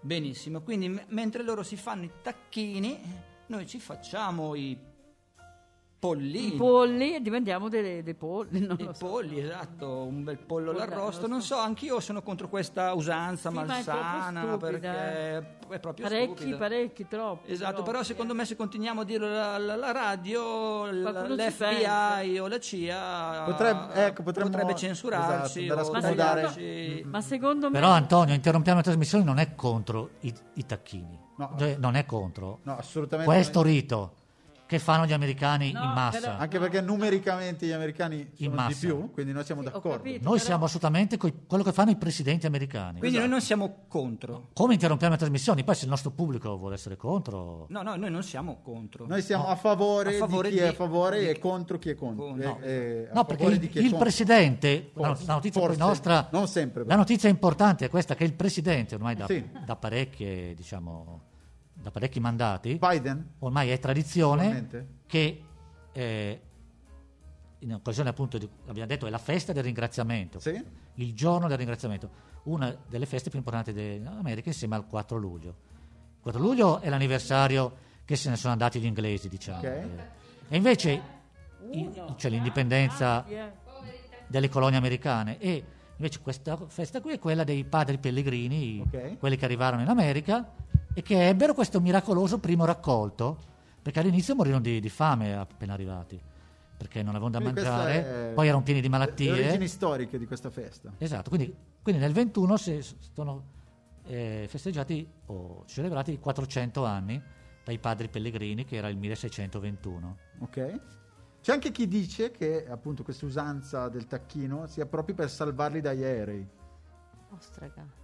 Benissimo, quindi m- mentre loro si fanno i tacchini, noi ci facciamo i pollini. I polli e diventiamo dei, dei polli. Non I lo so. polli, esatto, un bel pollo Pollo all'arrosto. all'arrosto. Non so, anch'io sono contro questa usanza Sì, ma è malsana troppo stupida. perché è proprio Parecchi, stupida. parecchi, troppi. Esatto, troppi, però secondo eh. me se continuiamo a dirlo alla, alla- alla radio, l- Qualcuno ci l'F B I o la C I A Potrebbe- ecco, potremmo- potrebbe censurarci esatto, o andare a scomodare. tagliarci. Ma secondo me... Però Antonio, interrompiamo la trasmissione, non è contro i, i tacchini. No. Cioè, non è contro. No, assolutamente. Questo rito che fanno gli americani No, in massa. però- Anche perché numericamente gli americani sono di massa. più, quindi noi siamo Sì, ho d'accordo. capito. Noi però- siamo assolutamente coi- quello che fanno i presidenti americani. Quindi Esatto. noi non siamo contro. Come interrompiamo le trasmissioni? Poi se il nostro pubblico vuole essere contro... No, no, noi non siamo contro. Noi siamo a favore, A favore di chi di- è a favore di- e contro chi è contro. Con- E- no. e a No, perché favore il, di chi è il contro. presidente, la, Forse, la notizia poi forse, nostra, non sempre, la però. notizia importante è questa, che il presidente ormai da, Sì. da parecchie, diciamo, da parecchi mandati, Biden? ormai è tradizione Attualmente? che eh, in occasione appunto di, abbiamo detto, è la festa del ringraziamento, Sì. il giorno del ringraziamento, una delle feste più importanti dell'America insieme al quattro luglio. Il quattro luglio è l'anniversario che se ne sono andati gli inglesi, diciamo. Ok. Eh, E invece i- c'è l'indipendenza delle colonie americane e invece questa festa qui è quella dei padri pellegrini, Ok. quelli che arrivarono in America e che ebbero questo miracoloso primo raccolto, perché all'inizio morirono di, di fame appena arrivati, perché non avevano da Quindi questa mangiare, è- poi erano pieni di Le malattie. origini storiche di questa festa. Esatto, quindi, quindi nel ventuno si sono eh, festeggiati o celebrati i quattrocento anni dai padri pellegrini, che era il milleseicentoventuno. Ok? C'è anche chi dice che appunto questa usanza del tacchino sia proprio per salvarli dagli aerei. Ostraca.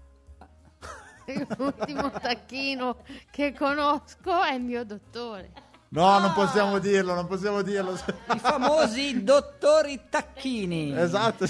L'ultimo tacchino che conosco è il mio dottore. No, non possiamo dirlo, non possiamo dirlo. I famosi dottori tacchini. Esatto.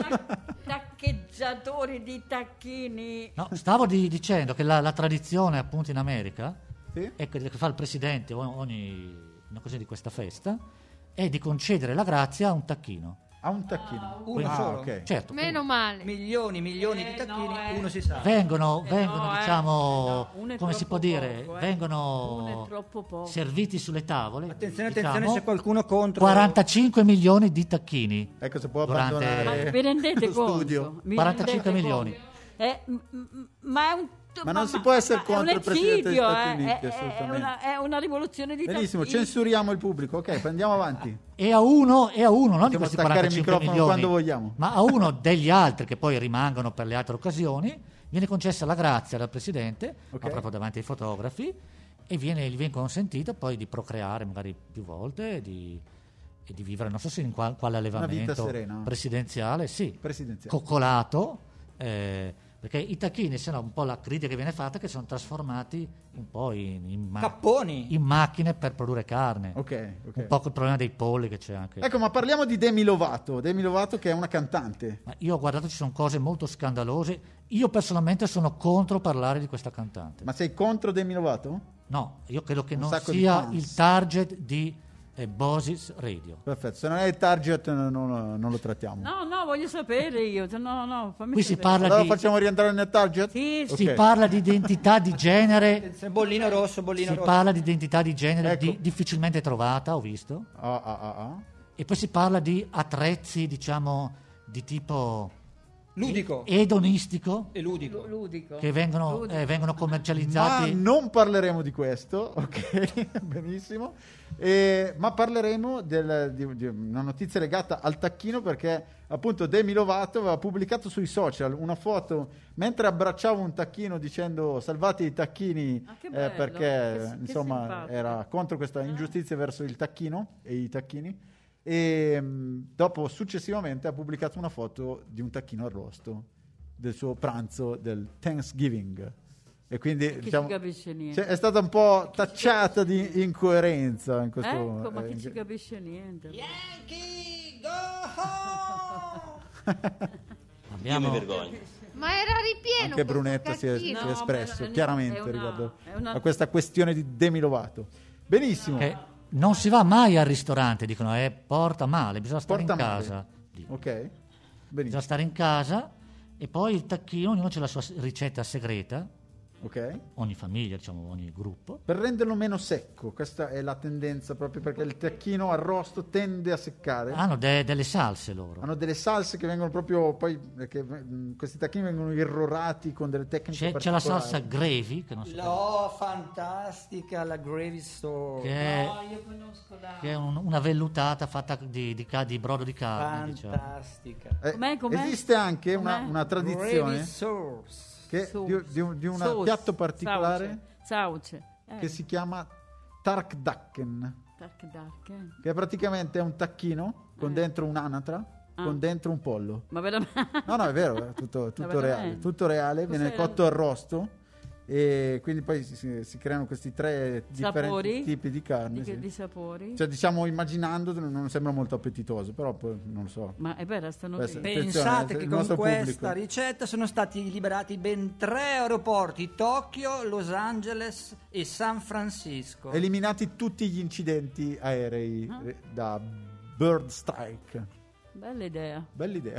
Taccheggiatori di tacchini. No, stavo di- dicendo che la, la tradizione appunto in America, Sì? è che, che fa il presidente o- ogni in occasione di questa festa, è di concedere la grazia a un tacchino. Ha un tacchino. Uno Ah, solo? ok. Certo, Meno male. Milioni, milioni di Eh, tacchini, no, eh. uno si sa. vengono, Eh, vengono no, eh. diciamo, No, uno è come si troppo può dire, poco, eh. vengono Uno è troppo poco. serviti sulle tavole, Attenzione, diciamo, attenzione, c'è qualcuno contro. quarantacinque milioni di tacchini. Ecco, se può Durante- abbandonare Ma vi rendete lo conto? studio. Vi quarantacinque rendete milioni. conto? Eh, m- m- ma è un Ma non si può essere ma è un contro il Presidente degli eccidio, Stati eh, Uniti, è- è, assolutamente. una, è una rivoluzione di Benissimo, tacchini. censuriamo il pubblico. Ok, andiamo avanti. E a uno, e a uno, non di Possiamo questi staccare il quarantacinque microfono milioni, quando vogliamo. ma a uno degli altri che poi rimangono per le altre occasioni, viene concessa la grazia dal Presidente, Ok. ma proprio davanti ai fotografi, e viene, gli viene consentito poi di procreare magari più volte e di, e di vivere, non so se in qual- quale vita allevamento serena. presidenziale, sì, Presidenziale. coccolato, eh, perché i tacchini, se no un po' la critica che viene fatta è che sono trasformati un po' in, in ma- Capponi. in macchine per produrre carne. Ok, ok. Un po' il problema dei polli che c'è anche. Ecco, ma parliamo di Demi Lovato. Demi Lovato che è una cantante. Ma io ho guardato, ci sono cose molto scandalose. Io personalmente sono contro parlare di questa cantante. Ma sei contro Demi Lovato? No, io credo che Un non sacco di sia fans. il target di eh, Bosis Radio. Perfetto, se non è il target non, non- non lo trattiamo. No, no, voglio sapere io. No, no, fammi Qui si sapere. parla Allora di, facciamo rientrare nel target? Sì, Ok. si parla di identità di genere, Attenzione, bollino rosso, bollino si rosso. parla di identità di genere Ecco. di- difficilmente trovata, ho visto. Ah, ah, ah, ah. E poi si parla di attrezzi, diciamo, di tipo Ludico. edonistico E ludico. Lu- ludico. che vengono, Ludico. eh, vengono Ma commercializzati. non parleremo di questo, ok? Benissimo. E- ma parleremo del- di, di una notizia legata al tacchino perché appunto Demi Lovato aveva pubblicato sui social una foto mentre abbracciava un tacchino dicendo salvate i tacchini Ah, che eh, bello, perché che- che insomma simpatico. era contro questa ingiustizia verso il tacchino e i tacchini. E mh, dopo successivamente ha pubblicato una foto di un tacchino arrosto del suo pranzo del Thanksgiving e quindi Chi diciamo, ci capisce niente. cioè, è stata un po' tacciata di incoerenza in questo Ecco, ma eh, chi ci in- capisce niente. Yankee, go home! Abbiamo, Ma era ripieno. anche questo Brunetta si è, si tacchino. è No, espresso ma è- chiaramente è una- riguardo è una- a questa questione di Demi Lovato. Benissimo. che non si va mai al ristorante, dicono, eh, porta male, bisogna stare Porta in male. casa. dicono. Ok. Bisogna Benissimo. stare in casa e poi il tacchino, ognuno c'ha la sua s- ricetta segreta Ok. ogni famiglia, diciamo, ogni gruppo. Per renderlo meno secco, questa è la tendenza proprio perché il tacchino arrosto tende a seccare. Hanno de- delle salse loro. Hanno delle salse che vengono proprio poi perché mh, questi tacchini vengono irrorati con delle tecniche C'è, c'è la particolari. salsa gravy, che non so Oh, fantastica la gravy sauce. che è, No, io conosco la... che è un- una vellutata fatta di, di, ca- di brodo di carne, diciamo. Fantastica. Eh, Com'è, com'è? Esiste anche una, Com'è? una Gravy tradizione sauce. che Sauce. di, di, di un Sauce. piatto particolare Sauce. Sauce. Eh, che si chiama Tarkdakken, dark, dark, eh. che è praticamente un tacchino con Eh. dentro un'anatra, Ah. con dentro un pollo. Ma veramente... No, no, è vero, è tutto, tutto veramente? reale, tutto reale, viene Cos'era? cotto arrosto e quindi poi si, si- si creano questi tre differenti Sapori? tipi di carne. Di, che- sì. di sapori? Cioè, diciamo, immaginando non sembra molto appetitoso, però poi non lo so. Ma è vero, stanno Beh, lì. sì. Pensate Attenzione, che il con nostro questa pubblico. ricetta sono stati liberati ben tre aeroporti: Tokyo, Los Angeles e San Francisco. Eliminati tutti gli incidenti aerei Ah. eh, da Bird Strike. Bella idea. Bella idea.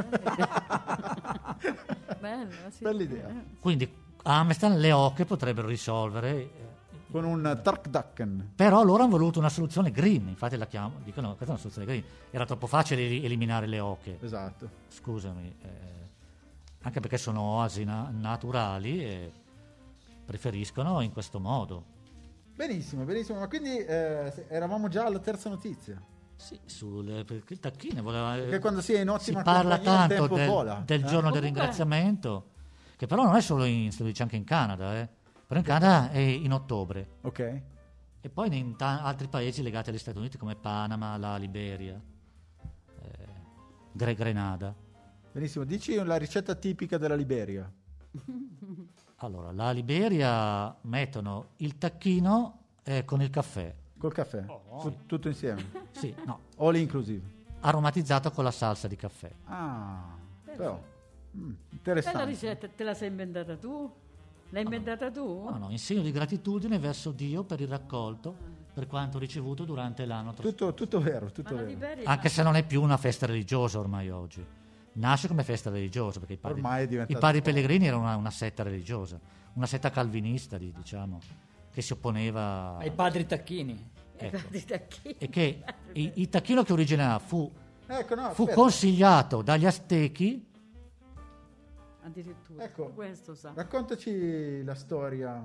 Bella, sì. Bella idea. Eh. Quindi a Amsterdam le oche potrebbero risolvere, eh, Con un Tarkdakken. però loro hanno voluto una soluzione green, infatti la chiamano, dicono questa è una soluzione green, era troppo facile ri- eliminare le oche, Esatto. scusami, eh, anche perché sono oasi na- naturali e preferiscono in questo modo. Benissimo, benissimo. Ma quindi eh, se- eravamo già alla terza notizia. Sì, sul, perché il tacchino voleva, Perché quando si è in si ottima parla compagnia il tanto tempo del, vola. del eh? giorno del Comunque- ringraziamento, che però non è solo in, si dice anche in Canada, eh. Però in Canada è in ottobre. Ok. E poi in ta- altri paesi legati agli Stati Uniti come Panama, la Liberia, eh, Gre- Grenada. Benissimo. Dici la ricetta tipica della Liberia. Allora, la Liberia mettono il tacchino eh, con il caffè, Col caffè. Tut- tutto insieme. sì, no, All inclusive. aromatizzato con la salsa di caffè. Ah, però. mm, Bella interessante. ricetta, te la sei inventata tu? L'hai inventata tu? No, no, in segno di gratitudine verso Dio per il raccolto, per quanto ricevuto durante l'anno trascorso. Tutto, tutto vero, Ma tutto la vero. Liberia... Anche se non è più una festa religiosa ormai oggi. Nasce come festa religiosa, perché i padri, Ormai è diventato- i padri pellegrini erano una, una setta religiosa, una setta calvinista, di- diciamo, che si opponeva... Ai padri tacchini. ecco. Di tacchini. E che i- il tacchino che originava fu, Ecco, no, fu aspetta. consigliato dagli Aztechi. Addirittura. Ecco. Questo sa. Raccontaci la storia.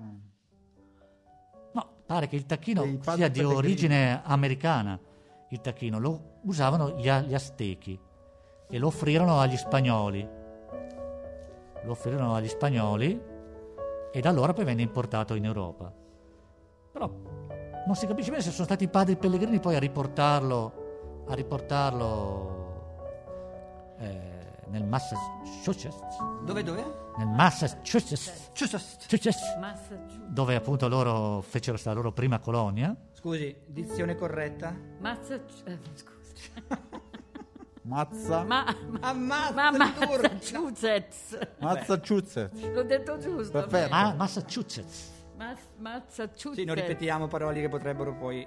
No, pare che il tacchino Dei padri sia di pellegrini. origine americana. Il tacchino lo usavano gli, gli Aztechi e lo offrirono agli spagnoli. Lo offrirono agli spagnoli e da allora poi venne importato in Europa. Però non si capisce bene se sono stati i padri pellegrini poi a riportarlo, a riportarlo eh, nel Massachusetts, Dove, dove? nel Massachusetts, Massachusetts, Massachusetts. dove appunto loro fecero sta loro prima colonia. Scusi, dizione corretta? Massachusetts. eh, scusa. Mazza. Ma, Ammazza ma il turco. Massachusetts. Massachusetts. L'ho detto giusto. Perfetto. Ma Massachusetts. Mas- Massachusetts. Sì, non ripetiamo parole che potrebbero poi...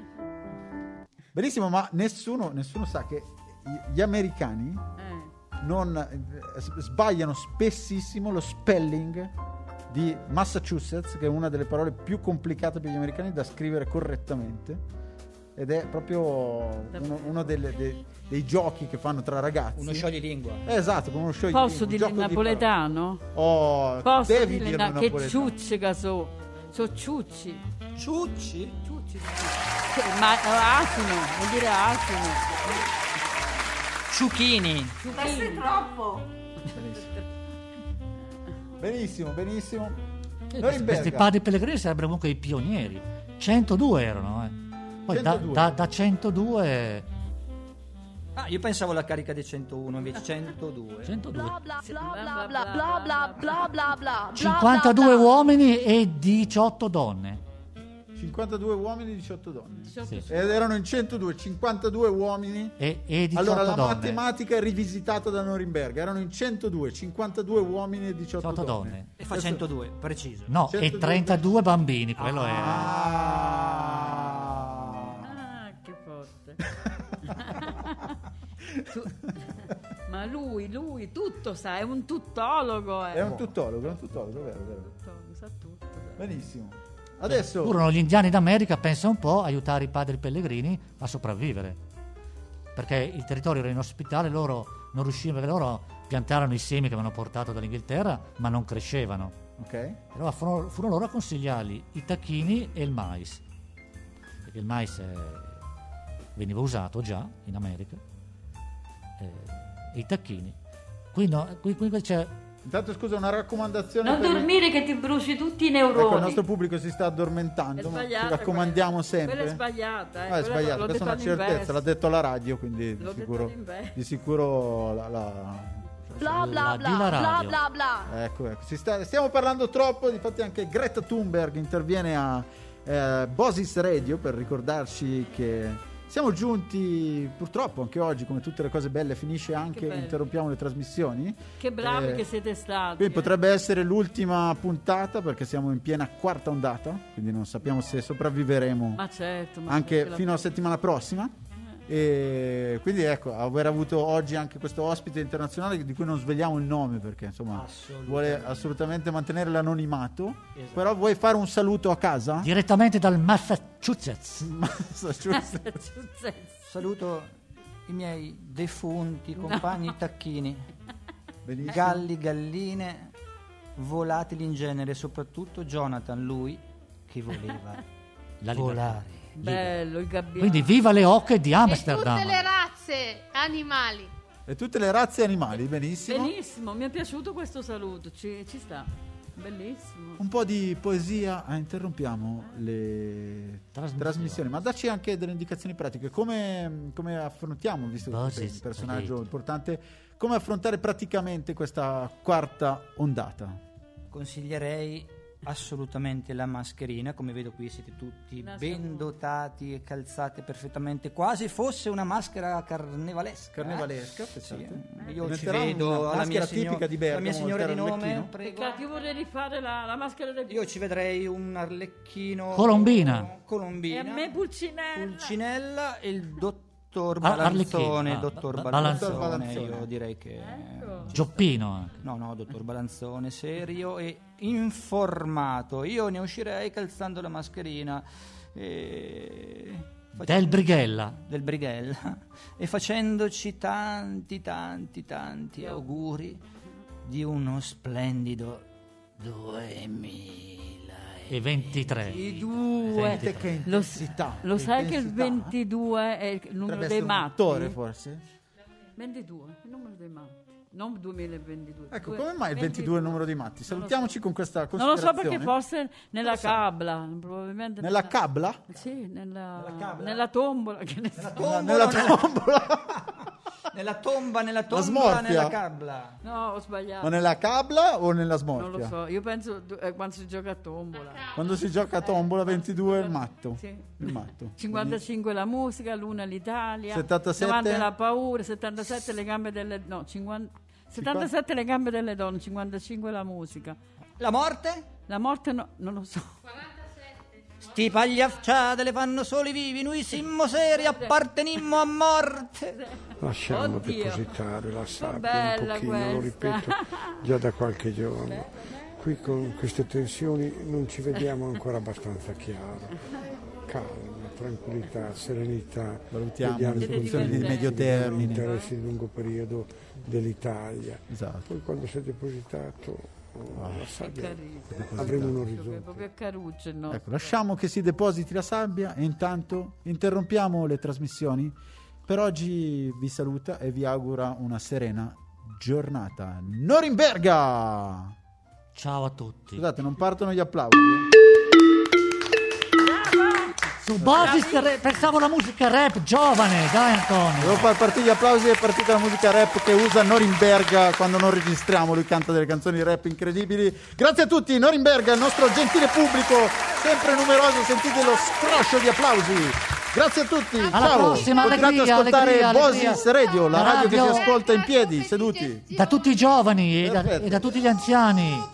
Benissimo, ma nessuno, nessuno sa che i- gli americani Eh. non eh, s- sbagliano spessissimo lo spelling di Massachusetts, che è una delle parole più complicate per gli americani da scrivere correttamente. Ed è proprio uno, uno delle- dei, dei giochi che fanno tra ragazzi. Uno scioglilingua. Eh, esatto, come uno show. Posso un dire gioco in di napoletano? parole. Oh, Posso devi dire dirlo na- in che napoletano. ciucce che so. So ciucci. Ciucci? Ciucci. Che- Ma eh, asino, vuol dire asino. Ciuchini. Ciucchini. Benissimo, benissimo. Eh, Norimberga. Questi padri pellegrini sarebbero comunque i pionieri. centodue erano, eh. Poi da, centodue. da, da centodue, Ah, io pensavo alla carica dei centouno, invece centodue. centodue. Bla bla bla bla bla bla bla bla bla. cinquantadue uomini e diciotto donne. cinquantadue uomini e diciotto donne. Sì. Ed erano in centodue, cinquantadue uomini. E, e diciotto Allora la donne. matematica è rivisitata da Norimberga. Erano in centodue, cinquantadue uomini e diciotto, diciotto donne. donne. E fa Adesso- centodue, preciso. No, centodue e trentadue bambini, quello è. Ah. Ah, che forte. Tu- Ma lui, lui, tutto sa, è un tuttologo. eh. È un tuttologo, è un tuttologo, vero, vero. Tuttologo. sa tutto. Benissimo. Adesso furono gli indiani d'America, pensa un po', aiutare i padri pellegrini a sopravvivere, perché il territorio era inospitale, loro non riuscivano, perché loro piantarono i semi che avevano portato dall'Inghilterra, ma non crescevano. Ok. Allora furono, furono loro a consigliargli i tacchini e il mais, perché il mais è, veniva usato già in America, eh, e i tacchini. Qui, no, qui, qui c'è. Intanto scusa, una raccomandazione. Non per dormire che ti bruci tutti i neuroni. Ecco, il nostro pubblico si sta addormentando, ma ci raccomandiamo sempre. Quella è sbagliata. Eh. No, è sbagliata, l'ho questa è una certezza, l'ha detto alla radio, quindi di sicuro, di sicuro la, la, bla bla bla bla bla bla bla. Ecco, ecco. Si sta, stiamo parlando troppo, difatti anche Greta Thunberg interviene a eh, Bosis Radio per ricordarci che siamo giunti, purtroppo anche oggi, come tutte le cose belle, finisce anche, interrompiamo le trasmissioni. Che bravi eh, che siete stati. Quindi eh. potrebbe essere l'ultima puntata, perché siamo in piena quarta ondata, quindi non sappiamo se sopravviveremo ma certo, ma anche fino alla settimana prossima. E quindi ecco, aver avuto oggi anche questo ospite internazionale di cui non svegliamo il nome, perché insomma vuole assolutamente mantenere l'anonimato. Esatto. Però vuoi fare un saluto a casa? Direttamente dal Massachusetts. Massachusetts. Massachusetts. Saluto i miei defunti compagni no. tacchini. Benissimo. Galli, galline, volatili in genere, soprattutto Jonathan, lui che voleva la volare. Bello, il gabbiano. Quindi viva le oche di Amsterdam. E tutte le razze animali. E tutte le razze animali, benissimo. Benissimo, mi è piaciuto questo saluto, ci, ci sta. Bellissimo. Un po' di poesia, ah, interrompiamo le trasmissioni. trasmissioni, ma dacci anche delle indicazioni pratiche. Come, come affrontiamo, visto che sei un personaggio importante, come affrontare praticamente questa quarta ondata? Consiglierei assolutamente la mascherina, come vedo qui siete tutti ben dotati e calzate perfettamente, quasi fosse una maschera carnevalesca. Carnevalesca, eh? Sì, io Metterà ci vedo una la mia, tipica signor- di Bergamo, la mia signora di nome, prego. Peccato, io vorrei rifare la, la maschera del... Io ci vedrei un arlecchino Colombina, Colombina. E a me Pulcinella. Pulcinella e il dottor Dottor Ar- Balanzone, ah, dottor ba- Balanzone, Balanzone, io direi che ecco. Gioppino anche. No, no, dottor Balanzone, serio e informato. Io ne uscirei calzando la mascherina e... del Brighella. Del Brighella e facendoci tanti, tanti, tanti auguri di uno splendido duemila. E ventitré. I due. Che lo, intensità, lo che sai che il intensità. ventidue è il numero Potrebbe dei essere un matti? attore, forse? ventidue, il numero dei matti. Non duemilaventidue. Ecco, Due- come mai il ventidue è il numero dei matti? Non lo Salutiamoci so. con questa Non lo considerazione. so, perché forse nella lo sai? cabla, probabilmente Nella cabla? Sì, nella, Nella cabla? nella tombola. Che ne so. Nella tombola, Nella nella, tombola. nella tomba, nella tomba, smorfia? nella cabla. No, ho sbagliato. Ma nella cabla o nella Non smorfia? lo so, io penso eh, quando si gioca a tombola. Quando si gioca a tombola, ventidue è il matto. Sì. Il matto. cinquantacinque la musica, l'una l'Italia, settantasette? novanta la paura, settantasette le gambe delle no, cinquanta, settantasette le gambe delle donne, cinquantacinque la musica. La morte? La morte no, non lo so. Sti pagliacciate le fanno soli vivi, noi simmo seri, appartenimmo a morte. Lasciamo Oddio. depositare la sabbia bella un pochino, lo questa. ripeto già da qualche giorno. Qui con queste tensioni non ci vediamo ancora abbastanza chiaro. Calma, tranquillità, serenità. Valutiamo Vediamo le i soluzioni di contenuti, medio vediamo termine. gli interessi di lungo periodo dell'Italia. Esatto. Poi quando si è depositato oh, la Che sabbia carino. avremo un Proprio, orizzonte. proprio a Caruccio, no? Ecco, lasciamo che si depositi la sabbia e intanto interrompiamo le trasmissioni. Per oggi vi saluta e vi augura una serena giornata. Norimberga! Ciao a tutti. Scusate, non partono gli applausi? Su Bosis re- pensavo la musica rap giovane, dai Antonio. Devo far partire gli applausi, è partita la musica rap che usa Norimberga quando non registriamo, lui canta delle canzoni rap incredibili. Grazie a tutti, Norimberga, il nostro gentile pubblico, sempre numeroso, sentite lo scroscio di applausi. Grazie a tutti, Alla ciao. prossima, Continuate allegria, ad ascoltare allegria, allegria. Bosis Radio, la La radio che radio- si ascolta in piedi, seduti. Da tutti i giovani e da, Perfetto. e da tutti gli anziani.